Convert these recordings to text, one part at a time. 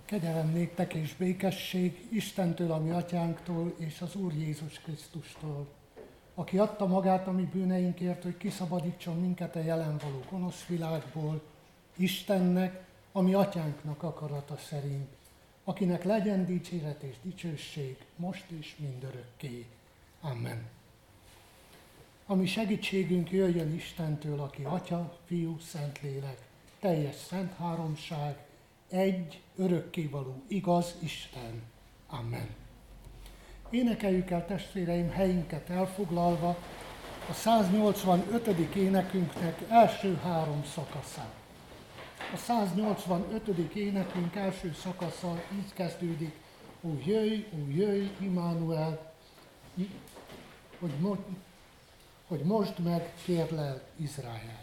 Kegyelem néktek és békesség Istentől, a mi atyánktól és az Úr Jézus Krisztustól, aki adta magát a mi bűneinkért, hogy kiszabadítson minket a jelen való gonosz világból, Istennek, a mi atyánknak akarata szerint, akinek legyen dicséret és dicsőség most és mindörökké. Amen. A mi segítségünk jöjjön Istentől, aki Atya, Fiú, Szentlélek, teljes szent háromság, egy örökkévaló igaz Isten. Amen. Énekeljük el, testvéreim, helyünket elfoglalva a 185. énekünknek első három szakaszát. A 185. énekünk első szakasza így kezdődik: Ó jöjj, Immanuel, hogy mosd meg, kérlel, Izrael.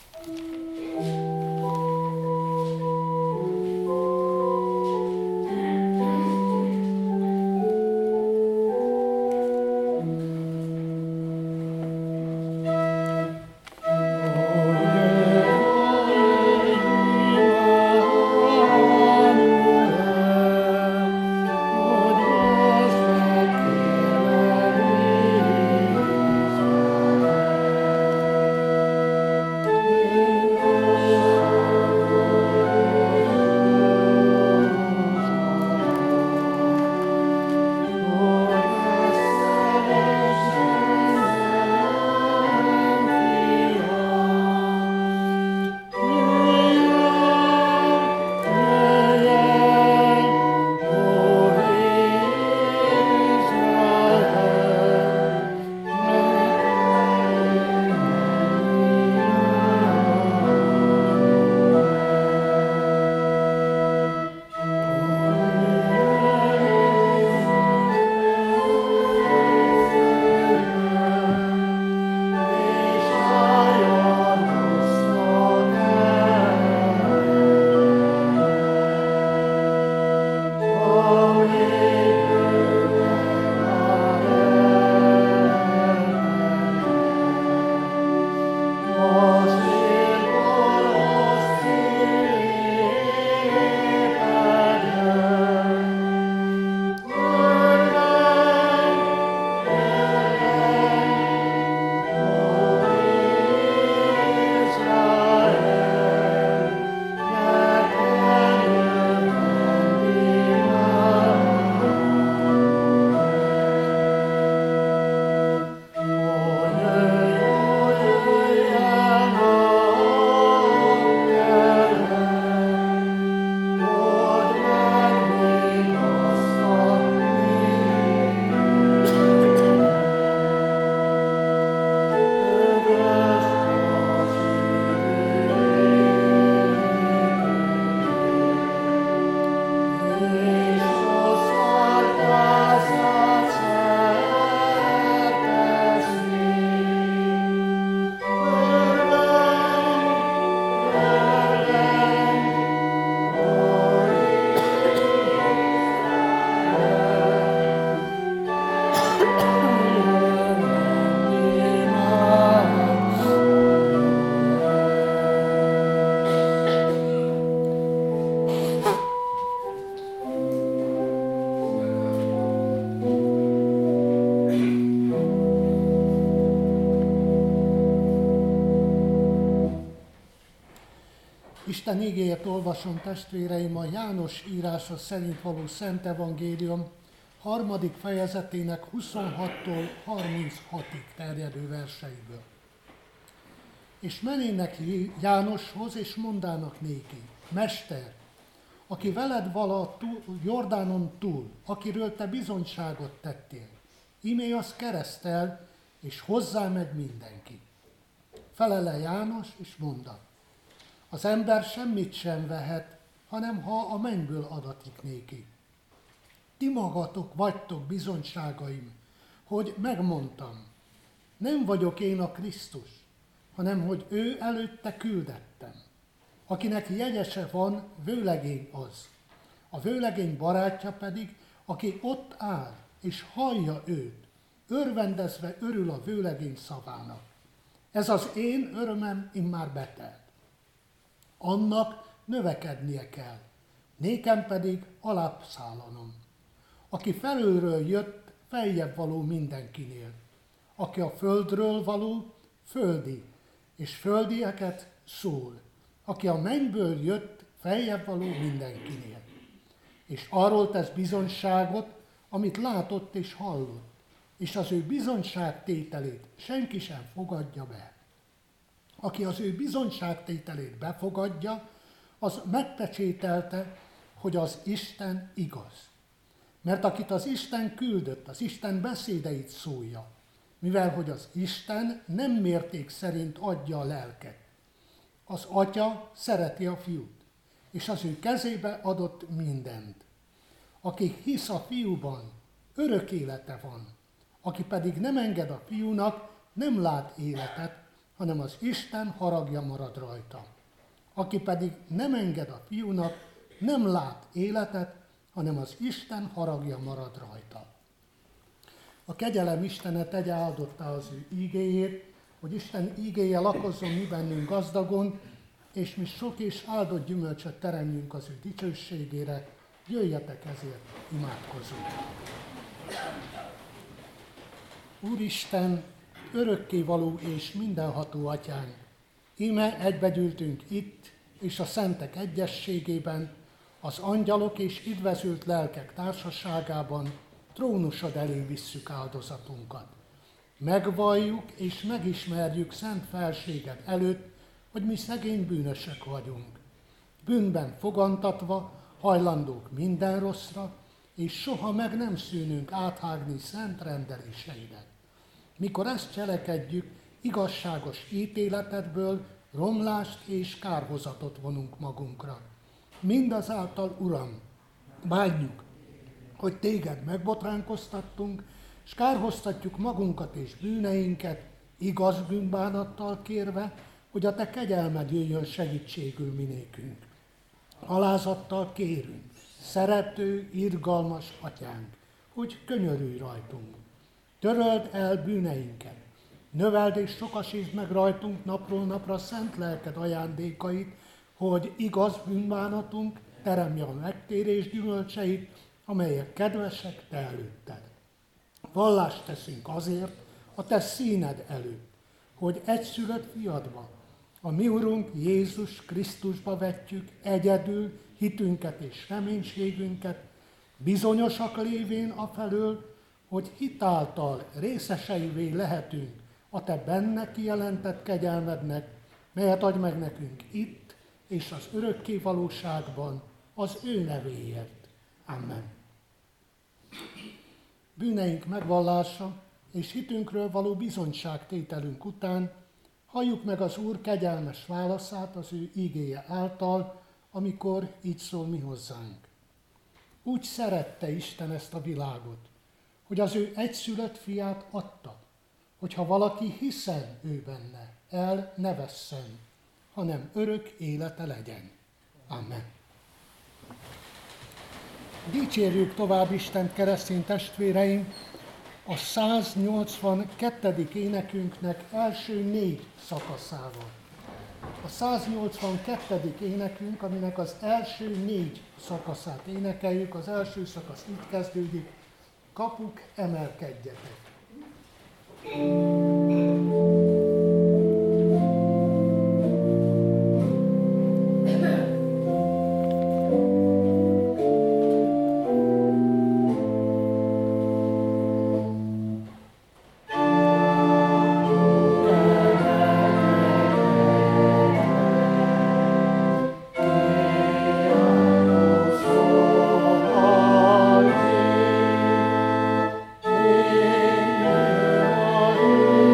Isten igéjét olvasom, testvéreim, a János írása szerint való Szent Evangélium 3. fejezetének 26-tól 36-ig terjedő verseiből. És menének Jánoshoz, és mondának néki: Mester, aki veled vala Jordánon túl, akiről te bizonyságot tettél, imé az keresztel, és hozzá meg mindenki. Felele János, és mondta: Az ember semmit sem vehet, hanem ha a mennyből adatik néki. Ti magatok vagytok bizonyságaim, hogy megmondtam, nem vagyok én a Krisztus, hanem hogy ő előtte küldettem. Akinek jegyese van, vőlegény az. A vőlegény barátja pedig, aki ott áll, és hallja őt, örvendezve örül a vőlegény szavának. Ez az én örömem immár betelt. Annak növekednie kell, nékem pedig alábbszállanom. Aki felülről jött, feljebb való mindenkinél. Aki a földről való, földi, és földieket szól. Aki a mennyből jött, feljebb való mindenkinél. És arról tesz bizonyságot, amit látott és hallott, és az ő bizonyságtételét senki sem fogadja be. Aki az ő bizonyságtételét befogadja, az megpecsételte, hogy az Isten igaz. Mert akit az Isten küldött, az Isten beszédeit szólja, mivel hogy az Isten nem mérték szerint adja a lelket. Az Atya szereti a Fiút, és az ő kezébe adott mindent. Aki hisz a Fiúban, örök élete van. Aki pedig nem enged a Fiúnak, nem lát életet, hanem az Isten haragja marad rajta. Aki pedig nem enged a Fiúnak, nem lát életet, hanem az Isten haragja marad rajta. A kegyelem Istene tegye áldottá az ő ígéjét, hogy Isten ígéje lakozzon mi bennünk gazdagon, és mi sok és áldott gyümölcsöt teremjünk az ő dicsőségére. Jöjjetek ezért, imádkozzunk! Úristen, örökkévaló és mindenható Atyánk, íme egybegyűltünk itt, és a szentek egyességében, az angyalok és üdvözült lelkek társaságában trónusod elé visszük áldozatunkat. Megvalljuk és megismerjük szent felséged előtt, hogy mi szegény bűnösök vagyunk. Bűnben fogantatva, hajlandók minden rosszra, és soha meg nem szűnünk áthágni szent rendeléseidet. Mikor ezt cselekedjük, igazságos ítéletedből romlást és kárhozatot vonunk magunkra. Mindazáltal, Uram, bánjuk, hogy téged megbotránkoztattunk, és kárhoztatjuk magunkat és bűneinket, igaz bűnbánattal kérve, hogy a te kegyelmed jöjjön segítségül minékünk. Alázattal kérünk, szerető, irgalmas Atyánk, hogy könyörülj rajtunk. Töröld el bűneinket, növeld és sokasítsd meg rajtunk napról napra szent lelked ajándékait, hogy igaz bűnbánatunk teremje a megtérés gyümölcseit, amelyek kedvesek te előtted. Vallást teszünk azért a te színed előtt, hogy egyszülött fiadba, a mi Urunk Jézus Krisztusba vetjük egyedül hitünket és reménységünket, bizonyosak lévén afelől, hogy hitáltal részeseivé lehetünk a te benne kijelentett kegyelmednek, melyet adj meg nekünk itt és az örökké valóságban az ő nevéért. Amen. Bűneink megvallása és hitünkről való bizonyságtételünk után halljuk meg az Úr kegyelmes válaszát az ő ígéje által, amikor így szól mi hozzánk. Úgy szerette Isten ezt a világot, hogy az ő egyszülött fiát adta, hogyha valaki hiszen ő benne, el ne vesszen, hanem örök élete legyen. Amen. Dicsérjük tovább Istent, keresztény testvéreim, a 182. énekünknek első 4 szakaszával. A 182. énekünk, aminek az első 4 szakaszát énekeljük, az első szakasz itt kezdődik: kapuk, emelkedjetek. Amen.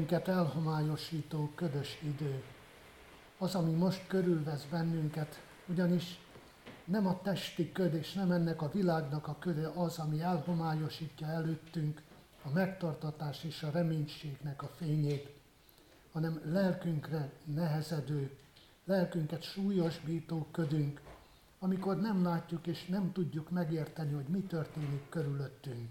bennünket elhomályosító ködös idő. Az, ami most körülvesz bennünket, ugyanis nem a testi köd és nem ennek a világnak a köde az, ami elhomályosítja előttünk a megtartatás és a reménységnek a fényét, hanem lelkünkre nehezedő, lelkünket súlyosbító ködünk, amikor nem látjuk és nem tudjuk megérteni, hogy mi történik körülöttünk.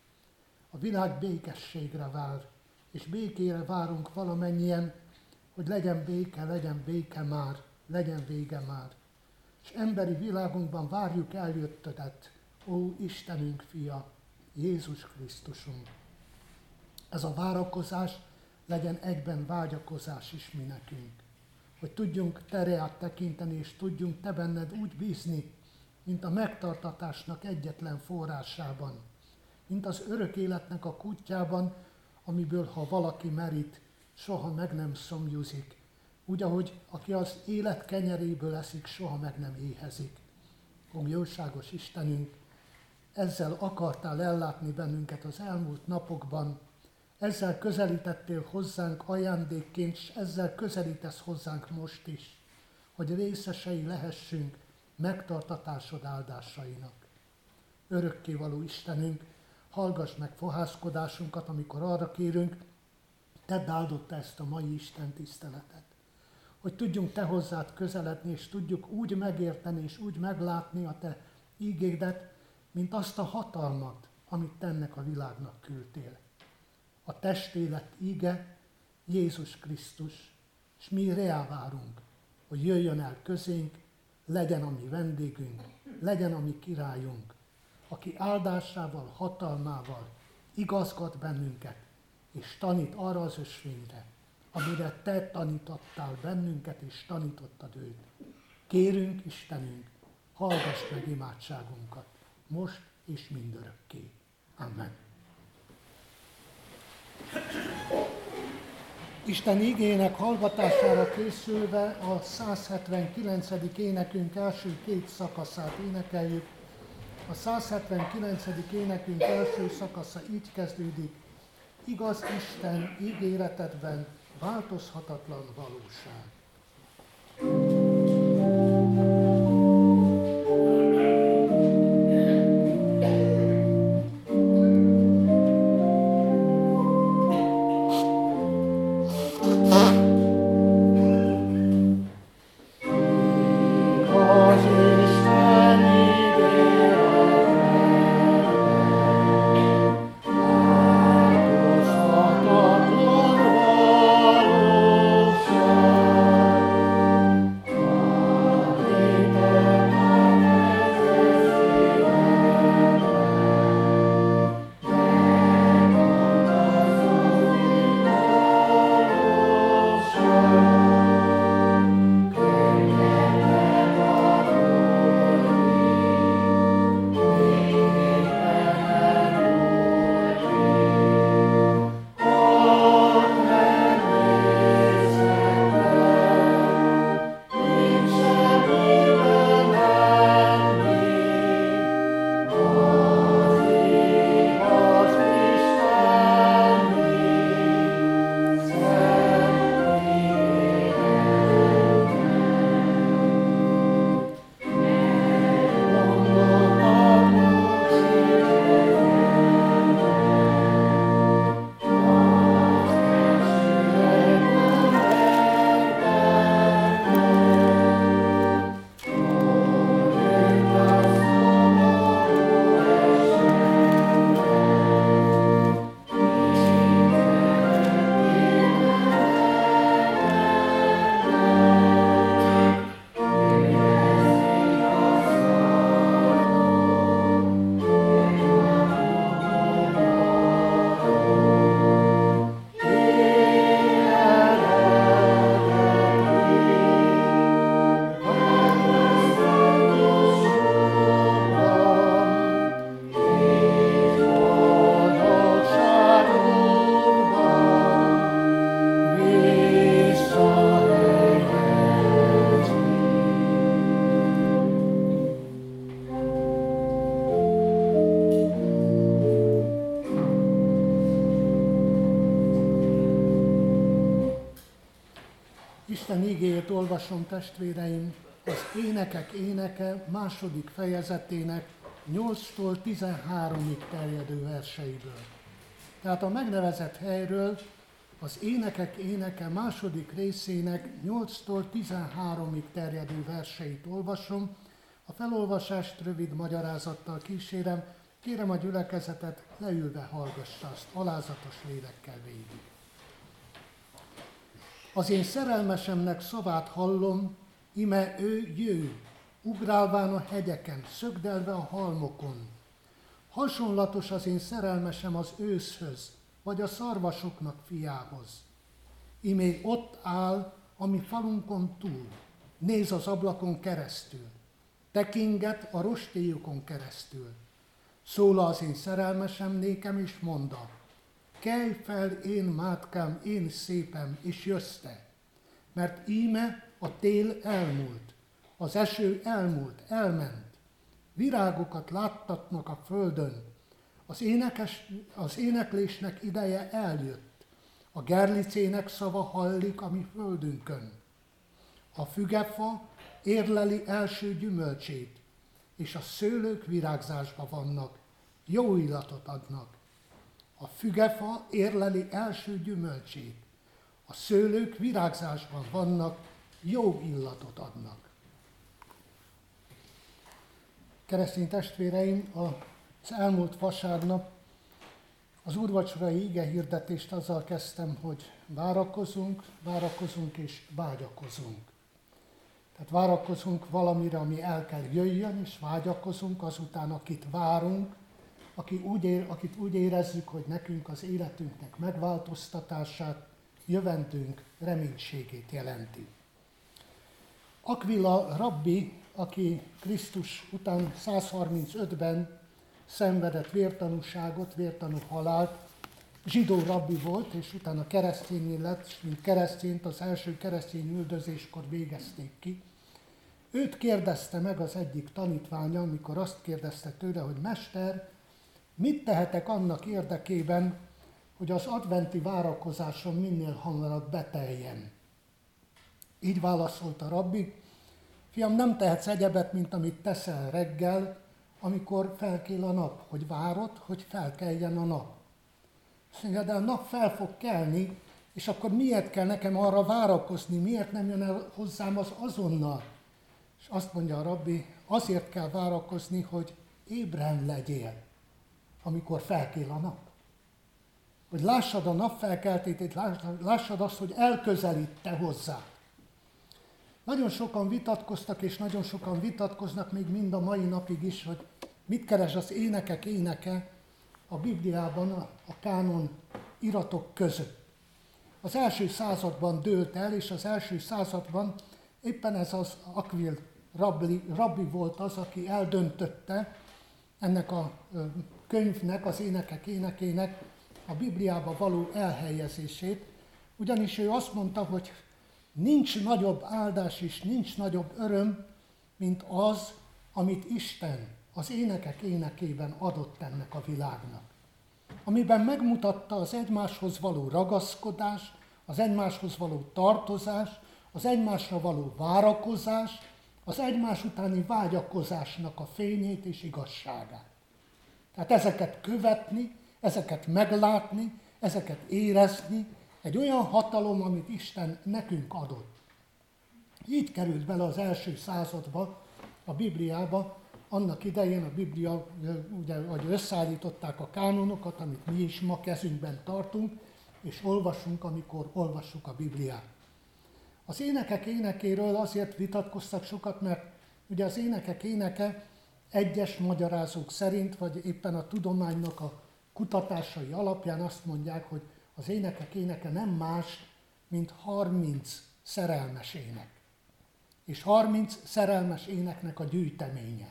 A világ békességre vár, és békére várunk valamennyien, hogy legyen béke már, legyen vége már. És emberi világunkban várjuk eljöttedet, ó Istenünk fia, Jézus Krisztusunk. Ez a várakozás legyen egyben vágyakozás is mi nekünk. Hogy tudjunk te reád tekinteni, és tudjunk te benned úgy bízni, mint a megtartatásnak egyetlen forrásában, mint az örök életnek a kutyában, amiből ha valaki merít, soha meg nem szomjuzik, úgy, ahogy aki az élet kenyeréből eszik, soha meg nem éhezik. Ó, jóságos Istenünk, ezzel akartál ellátni bennünket az elmúlt napokban, ezzel közelítettél hozzánk ajándékként, és ezzel közelítesz hozzánk most is, hogy részesei lehessünk megtartatásod áldásainak. Örökkévaló Istenünk, hallgass meg fohászkodásunkat, amikor arra kérünk, tedd áldotta ezt a mai Isten tiszteletet. Hogy tudjunk te hozzád közeledni, és tudjuk úgy megérteni, és úgy meglátni a te ígédet, mint azt a hatalmat, amit te ennek a világnak küldtél. A testélet íge Jézus Krisztus, és mi reá várunk, hogy jöjjön el közénk, legyen a mi vendégünk, legyen a mi királyunk, aki áldásával, hatalmával igazgat bennünket, és tanít arra az ösvényre, amire te tanítottál bennünket, és tanítottad őt. Kérünk, Istenünk, hallgass meg imádságunkat, most és mindörökké. Amen. Isten igének hallgatására készülve a 179. énekünk első két szakaszát énekeljük. A 179. énekünk első szakasza így kezdődik: igaz Isten ígéretedben változhatatlan valóság. Valóság. Isten igéjét olvasom, testvéreim, az Énekek éneke második fejezetének 8-tól 13-ig terjedő verseiből. Tehát a megnevezett helyről az Énekek éneke második részének 8-tól 13-ig terjedő verseit olvasom. A felolvasást rövid magyarázattal kísérem, kérem a gyülekezetet, leülve hallgassa azt alázatos lélekkel végig. Az én szerelmesemnek szavát hallom, ime ő jő, ugrálván a hegyeken, szögdelve a halmokon. Hasonlatos az én szerelmesem az őszhöz, vagy a szarvasoknak fiához. Imé ott áll, ami falunkon túl, néz az ablakon keresztül, tekinget a rostélyokon keresztül. Szól az én szerelmesem nékem, és monda, kelj fel, én mátkám, én szépem, és jössz te, mert íme a tél elmúlt, az eső elmúlt, elment, virágokat láttatnak a földön, az éneklésnek ideje eljött, a gerlicének szava hallik a mi földünkön. A fügefa érleli első gyümölcsét, és a szőlők virágzásba vannak, jó illatot adnak. A fügefa érleli első gyümölcsét, a szőlők virágzásban vannak, jó illatot adnak. Keresztény testvéreim, az elmúlt vasárnap az úrvacsorai igehirdetést azzal kezdtem, hogy várakozunk és vágyakozunk. Tehát várakozunk valamire, ami el kell jöjjön, és vágyakozunk azután, akit várunk, akit úgy érezzük, hogy nekünk az életünknek megváltoztatását, jövendőnk reménységét jelenti. Aquila rabbi, aki Krisztus után 135-ben szenvedett vértanú halált, zsidó rabbi volt, és utána keresztény lett, és mint keresztényt az első keresztény üldözéskor végezték ki. Őt kérdezte meg az egyik tanítványa, amikor azt kérdezte tőle, hogy Mester, mit tehetek annak érdekében, hogy az adventi várakozásom minél hamarabb beteljen? Így válaszolt a rabbi, fiam, nem tehetsz egyebet, mint amit teszel reggel, amikor felkél a nap, hogy várod, hogy felkeljen a nap. Azt mondja, de a nap fel fog kelni, és akkor miért kell nekem arra várakozni, miért nem jön el hozzám az azonnal? És azt mondja a rabbi, azért kell várakozni, hogy ébren legyél, amikor felkél a nap. Hogy lássad a nap felkeltétét, lássad azt, hogy elközelít te hozzá. Nagyon sokan vitatkoztak, és nagyon sokan vitatkoznak még mind a mai napig is, hogy mit keres az Énekek éneke a Bibliában, a kánon iratok között. Az első században dőlt el, és az első században éppen ez az Aquila rabbi volt az, aki eldöntötte ennek a könyvnek, az Énekek énekének a Bibliába való elhelyezését, ugyanis ő azt mondta, hogy nincs nagyobb áldás és nincs nagyobb öröm, mint az, amit Isten az Énekek énekében adott ennek a világnak. Amiben megmutatta az egymáshoz való ragaszkodás, az egymáshoz való tartozás, az egymásra való várakozás, az egymás utáni vágyakozásnak a fényét és igazságát. Tehát ezeket követni, ezeket meglátni, ezeket érezni, egy olyan hatalom, amit Isten nekünk adott. Így került bele az első századba, a Bibliába, annak idején a Biblia, ugye, hogy összeállították a kánonokat, amit mi is ma kezünkben tartunk, és olvasunk, amikor olvassuk a Bibliát. Az Énekek énekéről azért vitatkoztak sokat, mert ugye az Énekek éneke egyes magyarázók szerint, vagy éppen a tudománynak a kutatásai alapján azt mondják, hogy az Énekek éneke nem más, mint 30 szerelmes ének. És 30 szerelmes éneknek a gyűjteménye.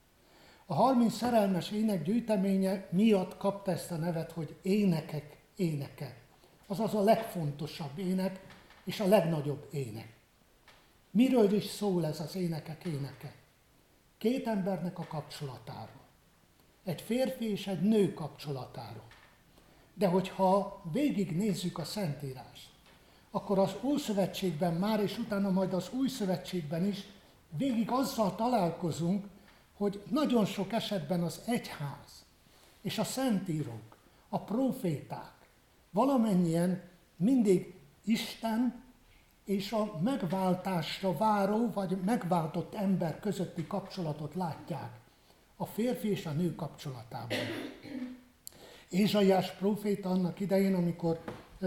A 30 szerelmes ének gyűjteménye miatt kapta ezt a nevet, hogy Énekek éneke. Azaz a legfontosabb ének és a legnagyobb ének. Miről is szól ez az Énekek éneke? Két embernek a kapcsolatáról. Egy férfi és egy nő kapcsolatáról. De hogyha végignézzük a Szentírást, akkor az Ószövetségben már, és utána majd az Új Szövetségben is végig azzal találkozunk, hogy nagyon sok esetben az egyház és a szentírók, a próféták valamennyien mindig Isten és a megváltásra váró, vagy megváltott ember közötti kapcsolatot látják a férfi és a nő kapcsolatában. Ézsaiás próféta annak idején, amikor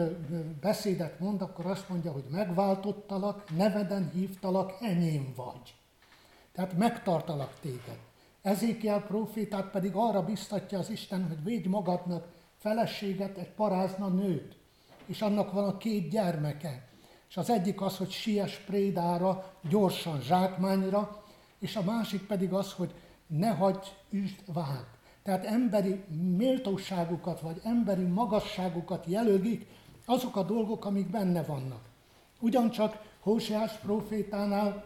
beszédet mond, akkor azt mondja, hogy megváltottalak, neveden hívtalak, enyém vagy. Tehát megtartalak téged. Ezékiel prófétát pedig arra biztatja az Isten, hogy védj magadnak feleséget, egy parázna nőt, és annak van a 2 gyermeke. És az egyik az, hogy siess prédára, gyorsan zsákmányra, és a másik pedig az, hogy ne hagyd, üsd, vágd. Tehát emberi méltóságukat, vagy emberi magasságukat jelölik azok a dolgok, amik benne vannak. Ugyancsak Hóseás prófétánál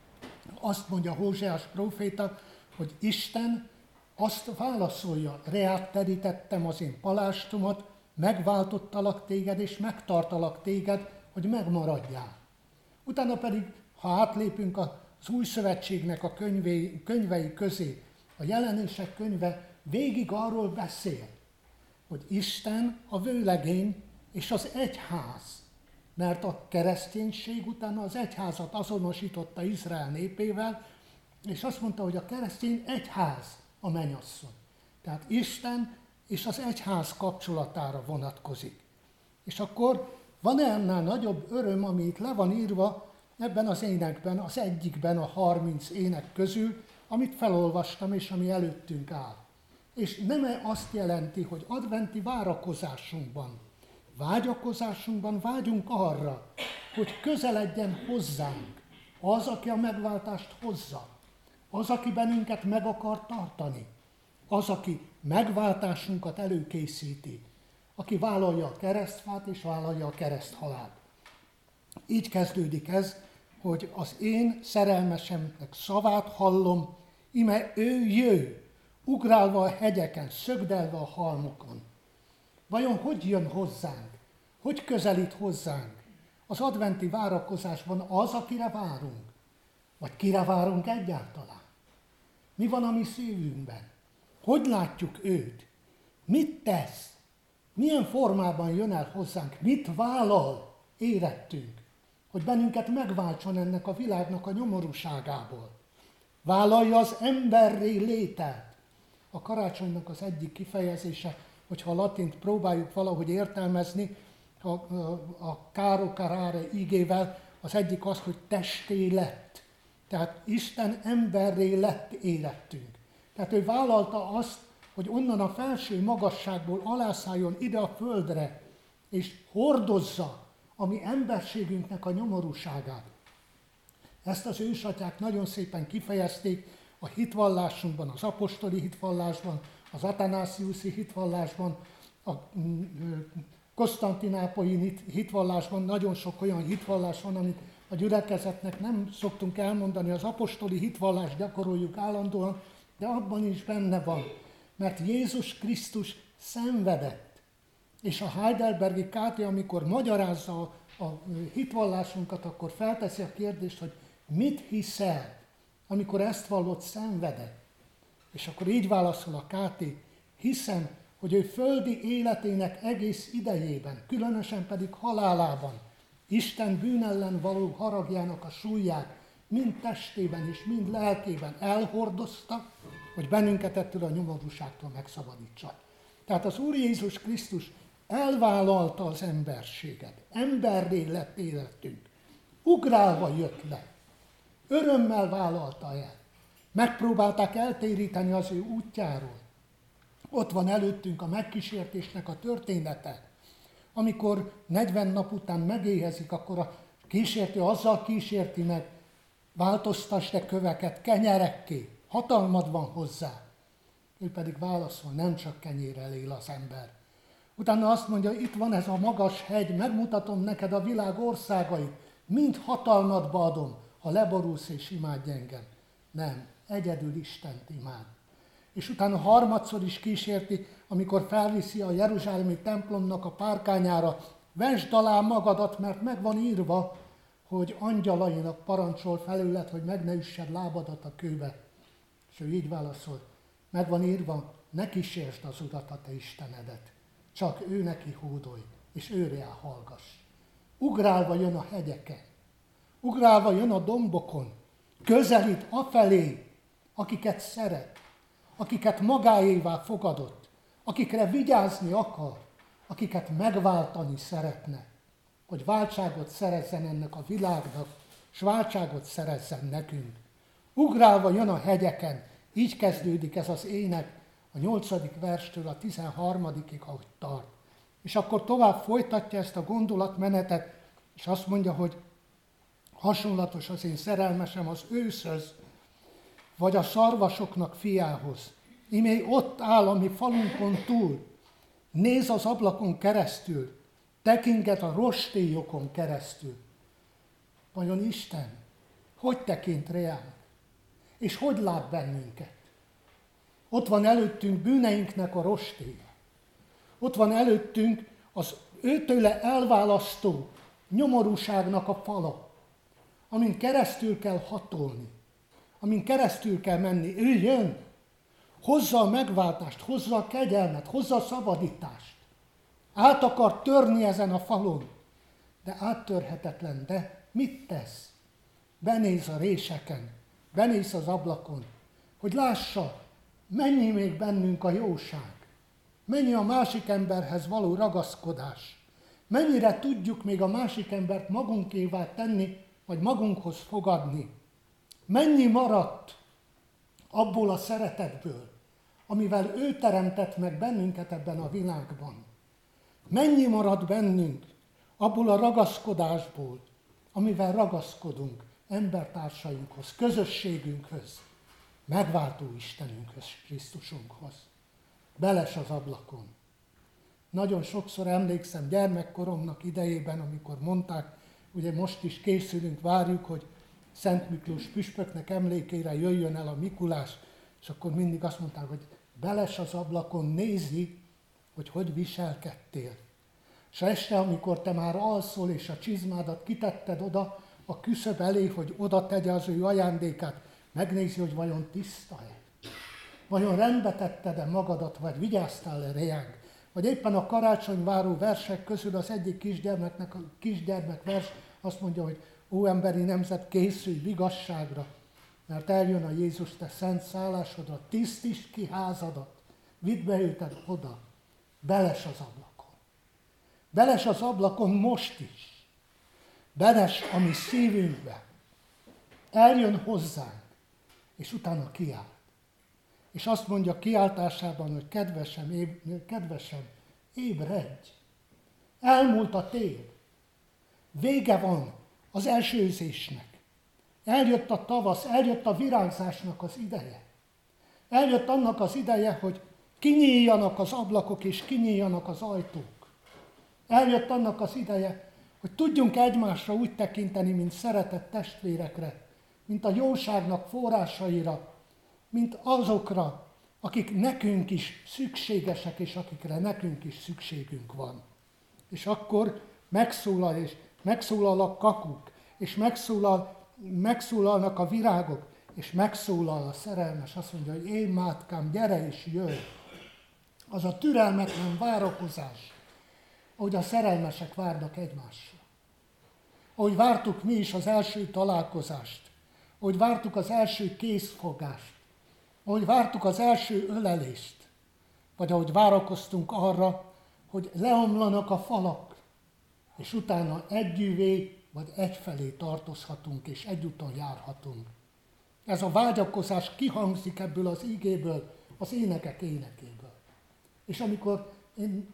azt mondja Hóseás próféta, hogy Isten azt válaszolja, reát terítettem az én palástomat, megváltottalak téged, és megtartalak téged, hogy megmaradjál. Utána pedig, ha átlépünk az Új Szövetségnek a könyvei közé, a Jelenések könyve végig arról beszél, hogy Isten a vőlegény és az egyház, mert a kereszténység utána az egyházat azonosította Izrael népével, és azt mondta, hogy a keresztény egyház a mennyasszony. Tehát Isten és az egyház kapcsolatára vonatkozik. És akkor van ennél nagyobb öröm, ami itt le van írva ebben az énekben, az egyikben a 30 ének közül, amit felolvastam és ami előttünk áll. És nem azt jelenti, hogy adventi várakozásunkban, vágyakozásunkban vágyunk arra, hogy közeledjen hozzánk az, aki a megváltást hozza, az, aki bennünket meg akar tartani, az, aki megváltásunkat előkészíti, aki vállalja a keresztfát és vállalja a kereszthalált. Így kezdődik ez, hogy az én szerelmesemnek szavát hallom, ime ő jő, ugrálva a hegyeken, szögdelve a halmokon. Vajon hogy jön hozzánk? Hogy közelít hozzánk? Az adventi várakozásban az, akire várunk? Vagy kire várunk egyáltalán? Mi van a mi szívünkben? Hogy látjuk őt? Mit tesz? Milyen formában jön el hozzánk? Mit vállal érettünk? Hogy bennünket megváltson ennek a világnak a nyomorúságából. Vállalja az emberré létet. A karácsonynak az egyik kifejezése, hogyha a latint próbáljuk valahogy értelmezni, a caro carare igével, az egyik az, hogy testé lett. Tehát Isten emberré lett érettünk. Tehát ő vállalta azt, hogy onnan a felső magasságból alászálljon ide a földre, és hordozza a mi emberségünknek a nyomorúságát. Ezt az ősatyák nagyon szépen kifejezték a hitvallásunkban, az apostoli hitvallásban, az athanasiuszi hitvallásban, a konstantinápolyi hitvallásban, nagyon sok olyan hitvallás van, amit a gyülekezetnek nem szoktunk elmondani, az apostoli hitvallást gyakoroljuk állandóan, de abban is benne van, mert Jézus Krisztus szenvedett. És a Heidelbergi Káté, amikor magyarázza a hitvallásunkat, akkor felteszi a kérdést, hogy mit hiszel, amikor ezt vallott, szenvedett. És akkor így válaszol a Káté, hiszem, hogy ő földi életének egész idejében, különösen pedig halálában, Isten bűn ellen való haragjának a súlyát mind testében és mind lelkében elhordozta, hogy bennünket ettől a nyomorúságtól megszabadítsa. Tehát az Úr Jézus Krisztus elvállalta az emberséget, emberré lett életünk, ugrálva jött le, örömmel vállalta el. Megpróbálták eltéríteni az ő útjáról. Ott van előttünk a megkísértésnek a története. Amikor 40 nap után megéhezik, akkor a kísértő azzal kísérti meg, változtass te köveket kenyerekké, hatalmad van hozzá. Ő pedig válaszol, nem csak kenyérrel él az ember. Utána azt mondja, itt van ez a magas hegy, megmutatom neked a világ országait, mind hatalmadba adom, ha leborulsz és imádj engem. Nem, egyedül Istent imád. És utána harmadszor is kísérti, amikor felviszi a jeruzsálemi templomnak a párkányára vesd alá magadat, mert meg van írva, hogy angyalainak parancsol felőled, hogy meg ne üssed lábadat a kőbe. És ő így válaszol, meg van írva, ne kísérsd az Urat, a te Istenedet, csak ő neki hódolj, és őre hallgass. Ugrálva jön a hegyeken, ugrálva jön a dombokon, közelít afelé, akiket szeret, akiket magáévá fogadott, akikre vigyázni akar, akiket megváltani szeretne, hogy váltságot szerezzen ennek a világnak, és váltságot szerezzen nekünk. Ugrálva jön a hegyeken, így kezdődik ez az ének a 8. verstől a 13-ig, ahogy tart. És akkor tovább folytatja ezt a gondolatmenetet, és azt mondja, hogy hasonlatos az én szerelmesem az őszhöz, vagy a szarvasoknak fiához. Imé ott áll a mi falunkon túl, néz az ablakon keresztül, tekinget a rostélyokon keresztül. Vajon Isten hogy tekint reánk? És hogy lát bennünket? Ott van előttünk bűneinknek a rostélya. Ott van előttünk az őtőle elválasztó nyomorúságnak a fala, amin keresztül kell hatolni, amin keresztül kell menni. Ő jön, hozza a megváltást, hozza a kegyelmet, hozza a szabadítást. Át akar törni ezen a falon, de áttörhetetlen. De mit tesz? Benéz a réseken, benéz az ablakon, hogy lássa, mennyi még bennünk a jóság, mennyi a másik emberhez való ragaszkodás, mennyire tudjuk még a másik embert magunkévá tenni, vagy magunkhoz fogadni. Mennyi maradt abból a szeretetből, amivel ő teremtett meg bennünket ebben a világban. Mennyi marad bennünk abból a ragaszkodásból, amivel ragaszkodunk embertársainkhoz, közösségünkhöz, megváltó Istenünkhöz, Krisztusunkhoz. Beles az ablakon. Nagyon sokszor emlékszem gyermekkoromnak idejében, amikor mondták, ugye most is készülünk, várjuk, hogy Szent Miklós püspöknek emlékére jöjjön el a Mikulás, és akkor mindig azt mondták, hogy beles az ablakon, nézi, hogy viselkedtél. És este, amikor te már alszol, és a csizmádat kitetted oda a küszöb elé, hogy oda tegye az ő ajándékát, megnézi, hogy vajon tiszta-e? Vajon rendbe tetted-e magadat, vagy vigyáztál-e reánk? Vagy éppen a karácsonyváró versek közül az egyik kisgyermek vers azt mondja, hogy ó, emberi nemzet, készülj vigasságra, mert eljön a Jézus te szent szállásodra, tisztítsd ki házadat, vidd be őket oda. Beles az ablakon. Beles az ablakon most is. Beles a mi szívünkbe. Eljön hozzánk, és utána kiáll. És azt mondja kiáltásában, hogy kedvesem, ébredj! Elmúlt a tél. Vége van az elsőzésnek. Eljött a tavasz, eljött a virágzásnak az ideje. Eljött annak az ideje, hogy kinyíljanak az ablakok és kinyíljanak az ajtók. Eljött annak az ideje, hogy tudjunk egymásra úgy tekinteni, mint szeretett testvérekre, mint a jóságnak forrásaira, mint azokra, akik nekünk is szükségesek, és akikre nekünk is szükségünk van. És akkor megszólal a kakuk, és megszólalnak a virágok, és megszólal a szerelmes, azt mondja, hogy én mátkám, gyere és jöjj. Az a türelmetlen várakozás, ahogy a szerelmesek várnak egymásra. Ahogy vártuk mi is az első találkozást, ahogy vártuk az első készfogást, ahogy vártuk az első ölelést, vagy ahogy várakoztunk arra, hogy leomlanak a falak, és utána együvé vagy egyfelé tartozhatunk, és egyúton járhatunk. Ez a vágyakozás kihangzik ebből az igéből, az énekek énekéből. És amikor én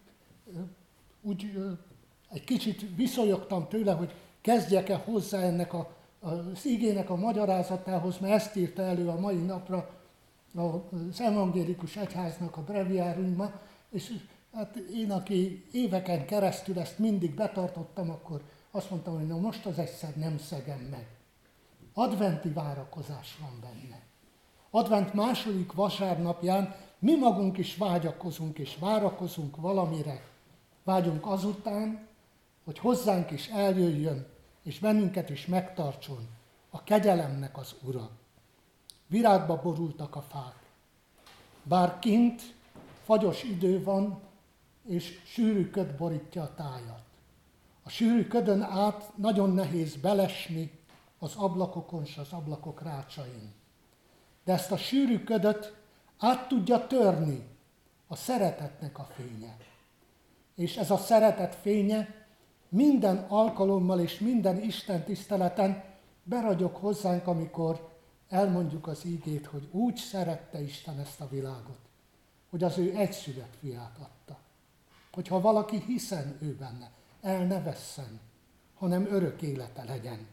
úgy egy kicsit viszonyogtam tőle, hogy kezdjek-e hozzá ennek az igének a magyarázatához, mert ezt írta elő a mai napra az evangélikus egyháznak a breviáriuma, és hát én, aki éveken keresztül ezt mindig betartottam, akkor azt mondtam, hogy na most az egyszer nem szegem meg. Adventi várakozás van benne. Advent második vasárnapján mi magunk is vágyakozunk és várakozunk valamire. Vágyunk azután, hogy hozzánk is eljöjjön, és bennünket is megtartson a kegyelemnek az Ura. Virágba borultak a fák. Bár kint fagyos idő van, és sűrű köd borítja a tájat. A sűrű ködön át nagyon nehéz belesni az ablakokon és az ablakok rácsain. De ezt a sűrű ködöt át tudja törni a szeretetnek a fénye. És ez a szeretet fénye minden alkalommal és minden Isten tiszteleten beragyog hozzánk, amikor elmondjuk az ígét, hogy úgy szerette Isten ezt a világot, hogy az ő egyszülött fiát adta. Hogyha valaki hiszen ő benne, el ne vesszen, hanem örök élete legyen.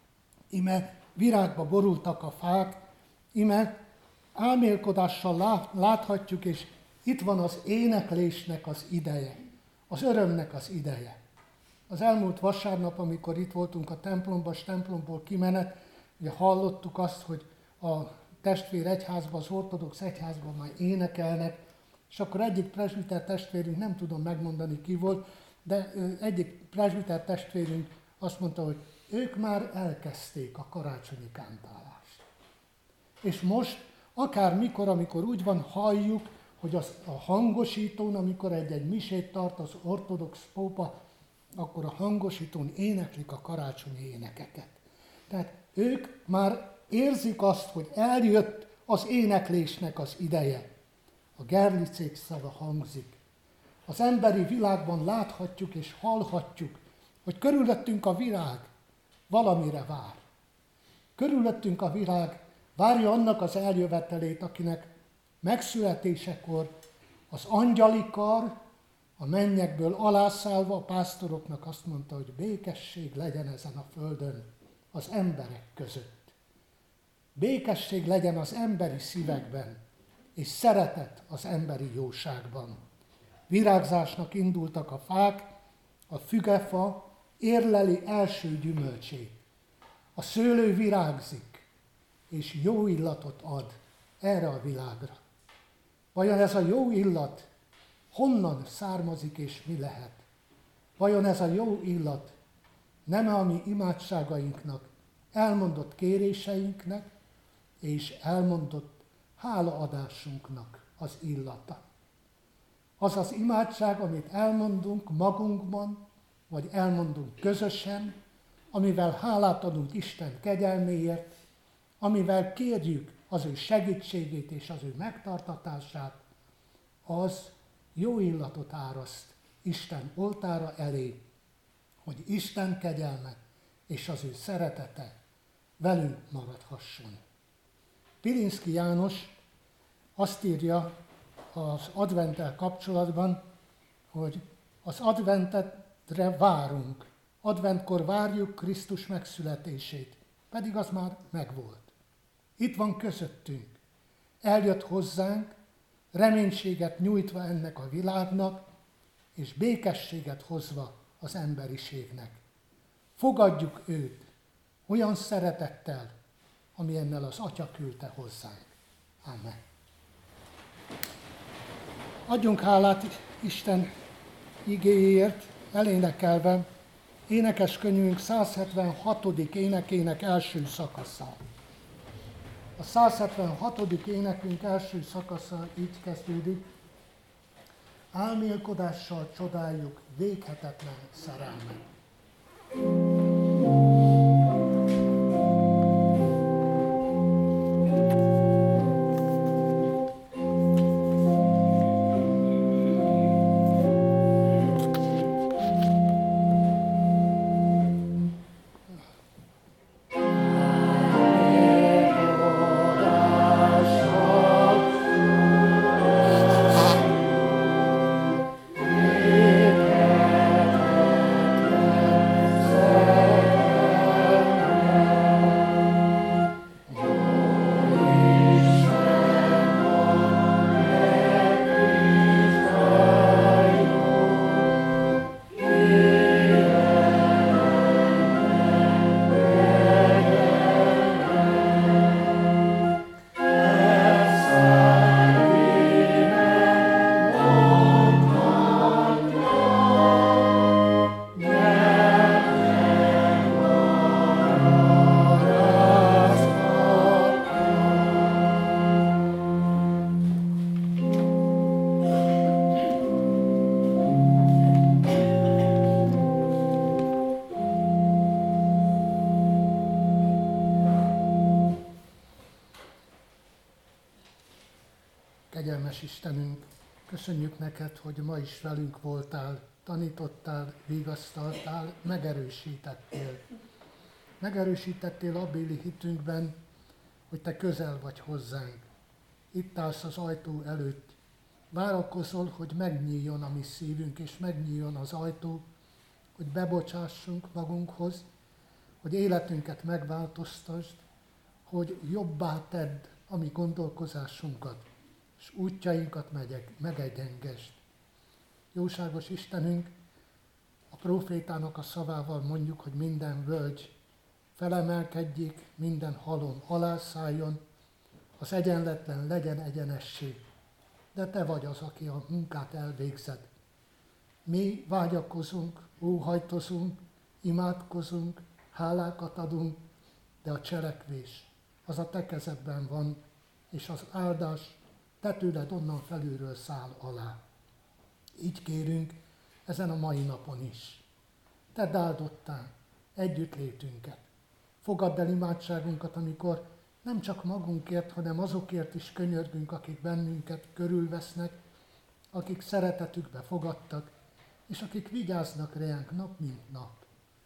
Ime virágba borultak a fák, ime álmélkodással láthatjuk, és itt van az éneklésnek az ideje, az örömnek az ideje. Az elmúlt vasárnap, amikor itt voltunk a templomban, és templomból kimenet, ugye hallottuk azt, hogy a testvér egyházban, az ortodox egyházban már énekelnek, és akkor egyik presbiter testvérünk, nem tudom megmondani ki volt, de egyik presbiter testvérünk azt mondta, hogy ők már elkezdték a karácsonyi kántálást. És most, akár mikor, amikor úgy van, halljuk, hogy a hangosítón, amikor egy misét tart az ortodox pópa, akkor a hangosítón éneklik a karácsonyi énekeket. Tehát ők már érzik azt, hogy eljött az éneklésnek az ideje. A gerlicék szava hangzik. Az emberi világban láthatjuk és hallhatjuk, hogy körülöttünk a világ valamire vár. Körülöttünk a világ várja annak az eljövetelét, akinek megszületésekor az angyali kar a mennyekből alászállva a pásztoroknak azt mondta, hogy békesség legyen ezen a földön az emberek között. Békesség legyen az emberi szívekben, és szeretet az emberi jóságban. Virágzásnak indultak a fák, a fügefa érleli első gyümölcsét. A szőlő virágzik, és jó illatot ad erre a világra. Vajon ez a jó illat honnan származik és mi lehet? Vajon ez a jó illat nem a mi imádságainknak, elmondott kéréseinknek és elmondott hálaadásunknak az illata? Az az imádság, amit elmondunk magunkban, vagy elmondunk közösen, amivel hálát adunk Isten kegyelméért, amivel kérjük az ő segítségét és az ő megtartatását, az jó illatot áraszt Isten oltára elé, hogy Isten kegyelme és az ő szeretete velünk maradhasson. Pilinszky János azt írja az adventtel kapcsolatban, hogy az adventre várunk. Adventkor várjuk Krisztus megszületését, pedig az már megvolt. Itt van közöttünk. Eljött hozzánk, reménységet nyújtva ennek a világnak, és békességet hozva az emberiségnek. Fogadjuk őt olyan szeretettel, amilyennel az Atya küldte hozzánk. Amen. Adjunk hálát Isten igéjéért, elénekelve énekeskönyvünk 176. énekének első szakaszát. A 176. énekünk első szakasza így kezdődik. Álmélkodással csodáljuk véghetetlen szerelmet. Kegyelmes Istenünk, köszönjük neked, hogy ma is velünk voltál, tanítottál, vigasztaltál, megerősítettél. Megerősítettél abbéli hitünkben, hogy te közel vagy hozzánk. Itt állsz az ajtó előtt. Várakozol, hogy megnyíljon a mi szívünk, és megnyíljon az ajtó, hogy bebocsássunk magunkhoz, hogy életünket megváltoztasd, hogy jobbá tedd a mi gondolkozásunkat, és útjainkat megegyengesd. Jóságos Istenünk, a prófétának a szavával mondjuk, hogy minden völgy felemelkedjék, minden halom alászálljon, az egyenletlen legyen egyenessé. De te vagy az, aki a munkát elvégzed. Mi vágyakozunk, óhajtozunk, imádkozunk, hálákat adunk, de a cselekvés az a te kezedben van, és az áldás te tőled onnan felülről száll alá. Így kérünk ezen a mai napon is. Tedd áldottá együttlétünket. Fogadd el imádságunkat, amikor nem csak magunkért, hanem azokért is könyörgünk, akik bennünket körülvesznek, akik szeretetükbe fogadtak, és akik vigyáznak ránk nap mint nap.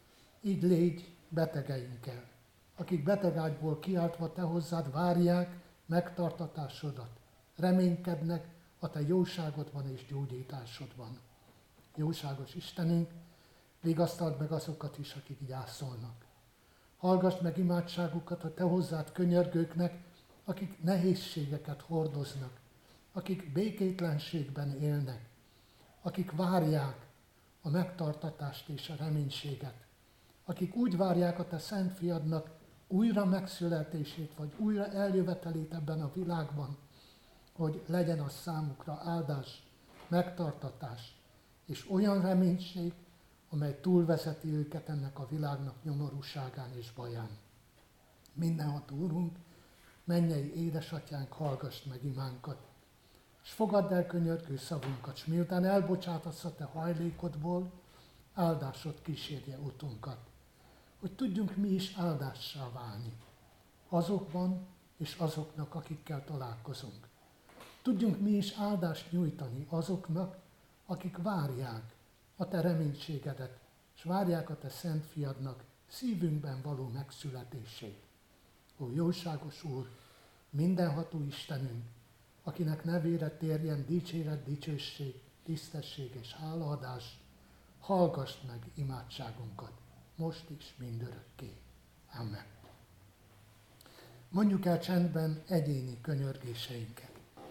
Így légy betegeinkkel, akik betegágyból kiáltva te hozzád várják megtartatásodat, reménykednek a te jóságodban és gyógyításodban. Jóságos Istenünk, vigasztald meg azokat is, akik gyászolnak. Hallgass meg imádságukat a te hozzád könyörgőknek, akik nehézségeket hordoznak, akik békétlenségben élnek, akik várják a megtartatást és a reménységet, akik úgy várják a te szent fiadnak újra megszületését, vagy újra eljövetelét ebben a világban, hogy legyen az számukra áldás, megtartatás, és olyan reménység, amely túlvezeti őket ennek a világnak nyomorúságán és baján. Mindenható Úrunk, mennyei édesatyánk, hallgass meg imánkat, és fogadd el könyörgő szavunkat, s miután elbocsátasz a te hajlékodból, áldásod kísérje utunkat, hogy tudjunk mi is áldássá válni azokban és azoknak, akikkel találkozunk. Tudjunk mi is áldást nyújtani azoknak, akik várják a te reménységedet, és várják a te szent fiadnak szívünkben való megszületését. Ó, jóságos Úr, mindenható Istenünk, akinek nevére térjen dicséret, dicsőség, tisztesség és hálaadás, hallgass meg imádságunkat, most is mindörökké. Amen. Mondjuk el csendben egyéni könyörgéseinket.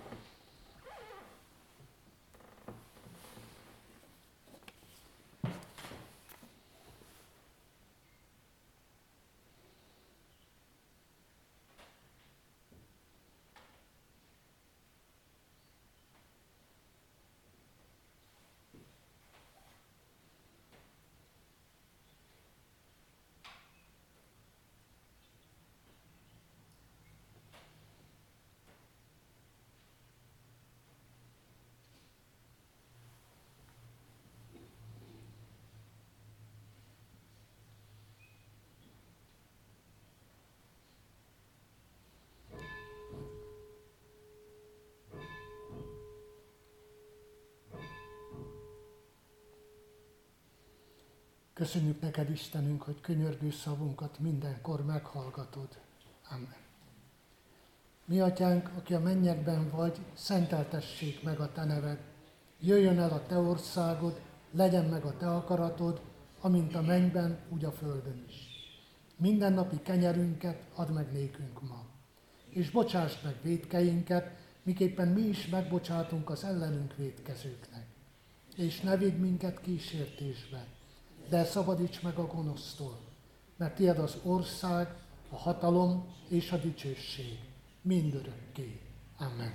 Köszönjük neked, Istenünk, hogy könyörgő szavunkat mindenkor meghallgatod. Amen. Mi atyánk, aki a mennyekben vagy, szenteltessék meg a te neved. Jöjjön el a te országod, legyen meg a te akaratod, amint a mennyben, úgy a földön is. Mindennapi kenyerünket add meg nékünk ma. És bocsásd meg vétkeinket, miképpen mi is megbocsátunk az ellenünk vétkezőknek. És ne vigy minket kísértésbe, de szabadíts meg a gonosztól, mert tiéd az ország, a hatalom és a dicsőség mindörökké. Amen.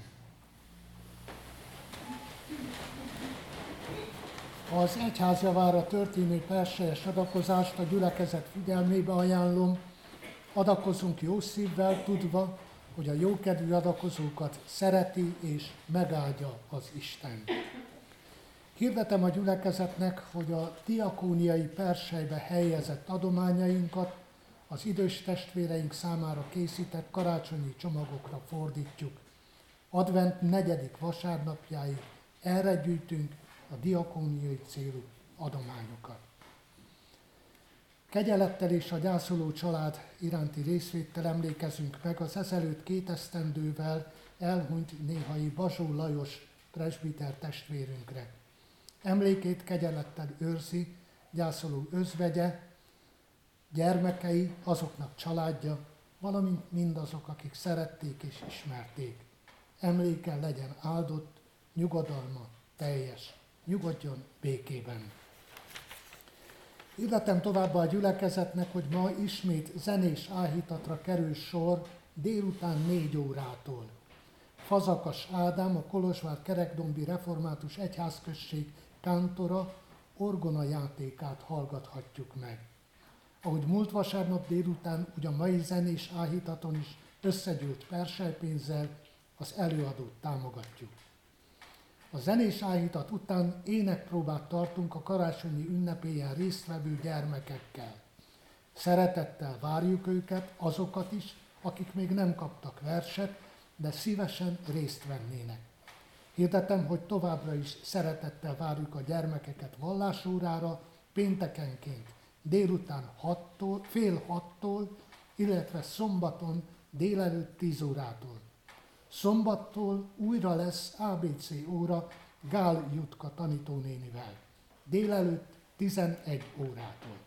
Az egyház javára történő perselyes adakozást a gyülekezet figyelmébe ajánlom. Adakozzunk jó szívvel, tudva, hogy a jókedvű adakozókat szereti és megáldja az Isten. Hirdetem a gyülekezetnek, hogy a diakóniai perselybe helyezett adományainkat az idős testvéreink számára készített karácsonyi csomagokra fordítjuk. Advent 4. vasárnapjáig erre gyűjtünk a diakóniai célú adományokat. Kegyelettel és a gyászoló család iránti részvéttel emlékezünk meg az ezelőtt 2 esztendővel elhunyt néhai Bazsó Lajos presbiter testvérünkre. Emlékét kegyelettel őrzi gyászoló özvegye, gyermekei, azoknak családja, valamint mindazok, akik szerették és ismerték. Emléke legyen áldott, nyugodalma teljes, nyugodjon békében. Hirdetem továbbá a gyülekezetnek, hogy ma ismét zenés áhítatra kerül sor délután 4 órától. Fazakas Ádám, a Kolozsvár Kerekdombi Református Egyházközség kántora orgona játékát hallgathatjuk meg. Ahogy múlt vasárnap délután, úgy a mai zenés áhítaton is összegyűlt perselypénzzel az előadót támogatjuk. A zenés áhítat után énekpróbát tartunk a karácsonyi ünnepélyen résztvevő gyermekekkel. Szeretettel várjuk őket, azokat is, akik még nem kaptak verset, de szívesen részt vennének. Hirdetem, hogy továbbra is szeretettel várjuk a gyermekeket vallásórára péntekenként délután 6-tól, fél 6-tól, illetve szombaton délelőtt 10 órától. Szombattól újra lesz ABC óra Gál Jutka tanítónénivel. Délelőtt 11 órától.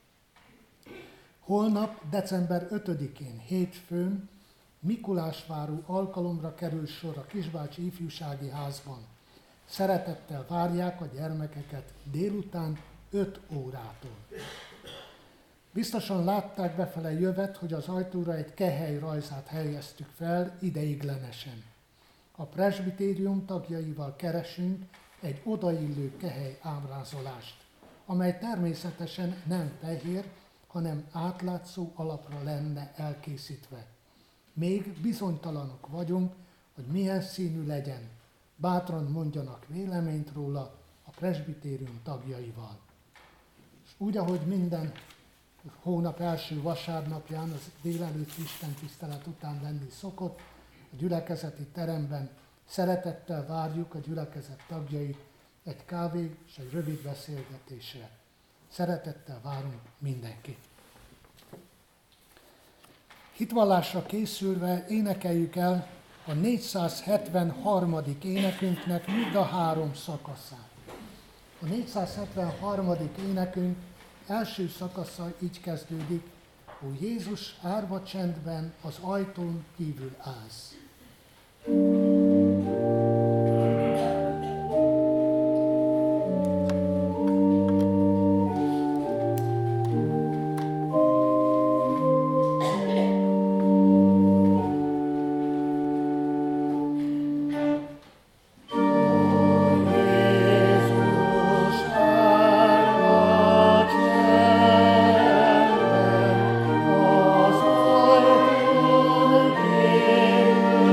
Holnap, december 5-én, hétfőn Mikulásváró alkalomra kerül sor a Kisbácsi Ifjúsági Házban. Szeretettel várják a gyermekeket délután 5 órától. Biztosan látták befele jövet, hogy az ajtóra egy kehely rajzát helyeztük fel ideiglenesen. A presbitérium tagjaival keresünk egy odaillő kehely ábrázolást, amely természetesen nem fehér, hanem átlátszó alapra lenne elkészítve. Még bizonytalanok vagyunk, hogy milyen színű legyen. Bátran mondjanak véleményt róla a presbitérium tagjaival. És úgy, ahogy minden hónap első vasárnapján, az délelőtt istentisztelet után lenni szokott, a gyülekezeti teremben szeretettel várjuk a gyülekezet tagjait egy kávé és egy rövid beszélgetésre. Szeretettel várunk mindenkit. Hitvallásra készülve énekeljük el a 473. énekünknek mind a 3 szakaszát. A 473. énekünk első szakasza így kezdődik: Ó Jézus, árva csendben az ajtón kívül állsz. Amen.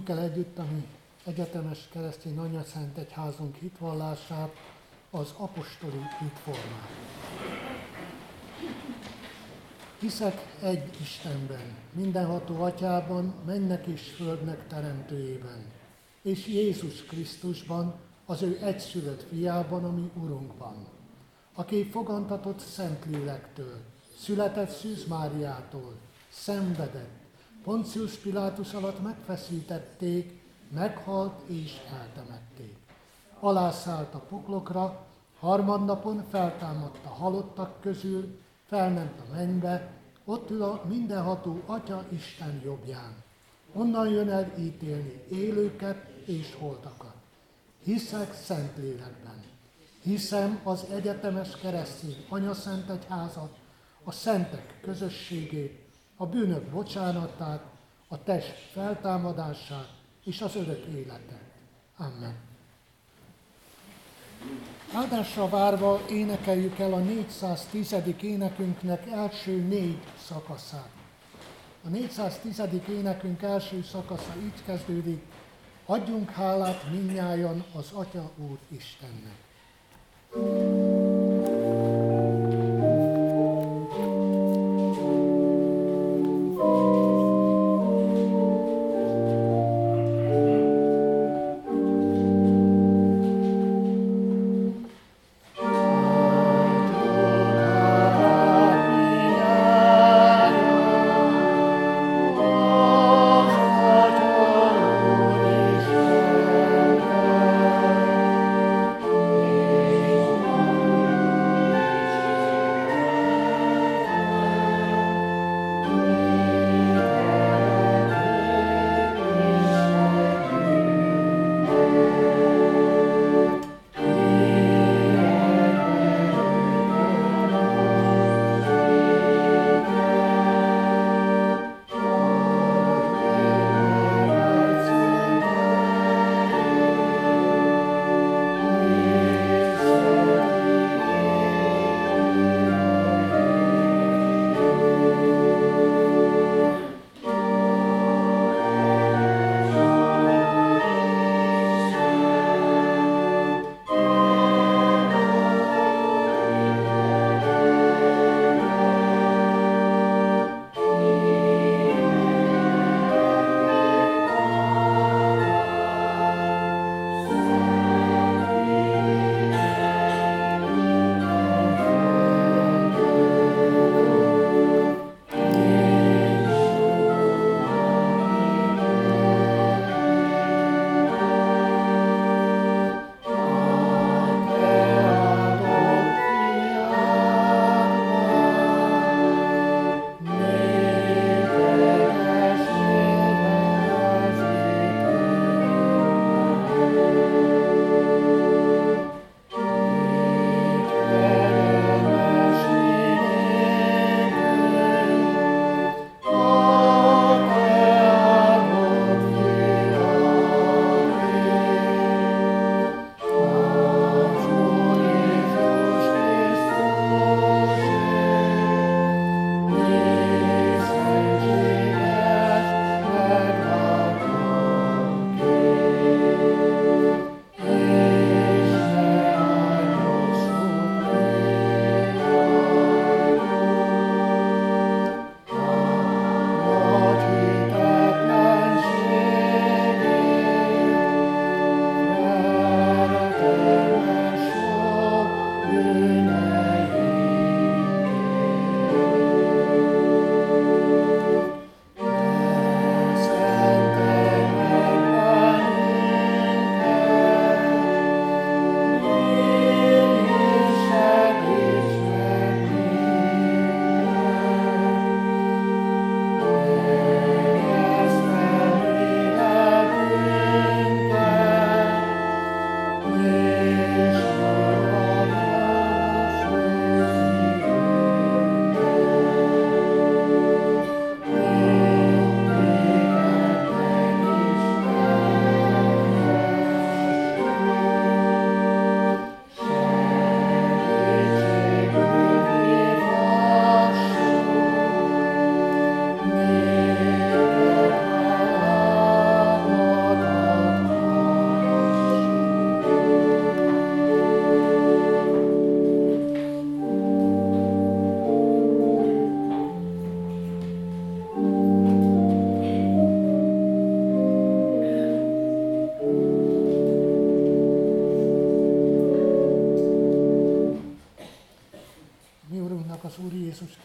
Mondjuk el együtt a mi egyetemes keresztény anyaszent egyházunk hitvallását, az apostoli hitformát. Hiszek egy Istenben, mindenható Atyában, mennek és földnek teremtőjében, és Jézus Krisztusban, az ő egyszülött fiában, a mi Urunkban, aki fogantatott Szentlélektől, született Szűz Máriától, szenvedett, Poncius Pilátus alatt megfeszítették, meghalt és eltemették. Alászállt a poklokra, harmadnapon feltámadt a halottak közül, felment a mennybe, ott ül a mindenható Atya Isten jobbján. Onnan jön el ítélni élőket és holtakat. Hiszek Szentlélekben. Hiszem az egyetemes keresztény anyaszent egyházat, a szentek közösségét, a bűnök bocsánatát, a test feltámadását és az örök életet. Amen. Áldásra várva énekeljük el a 410. énekünknek első 4 szakaszát. A 410. énekünk első szakasza így kezdődik: adjunk hálát mindnyájan az Atya Úr Istennek. Oh,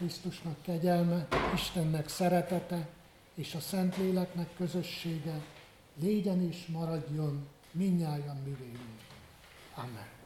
Krisztusnak kegyelme, Istennek szeretete és a Szentléleknek közössége légyen és maradjon mindnyájan mi vélünk. Amen.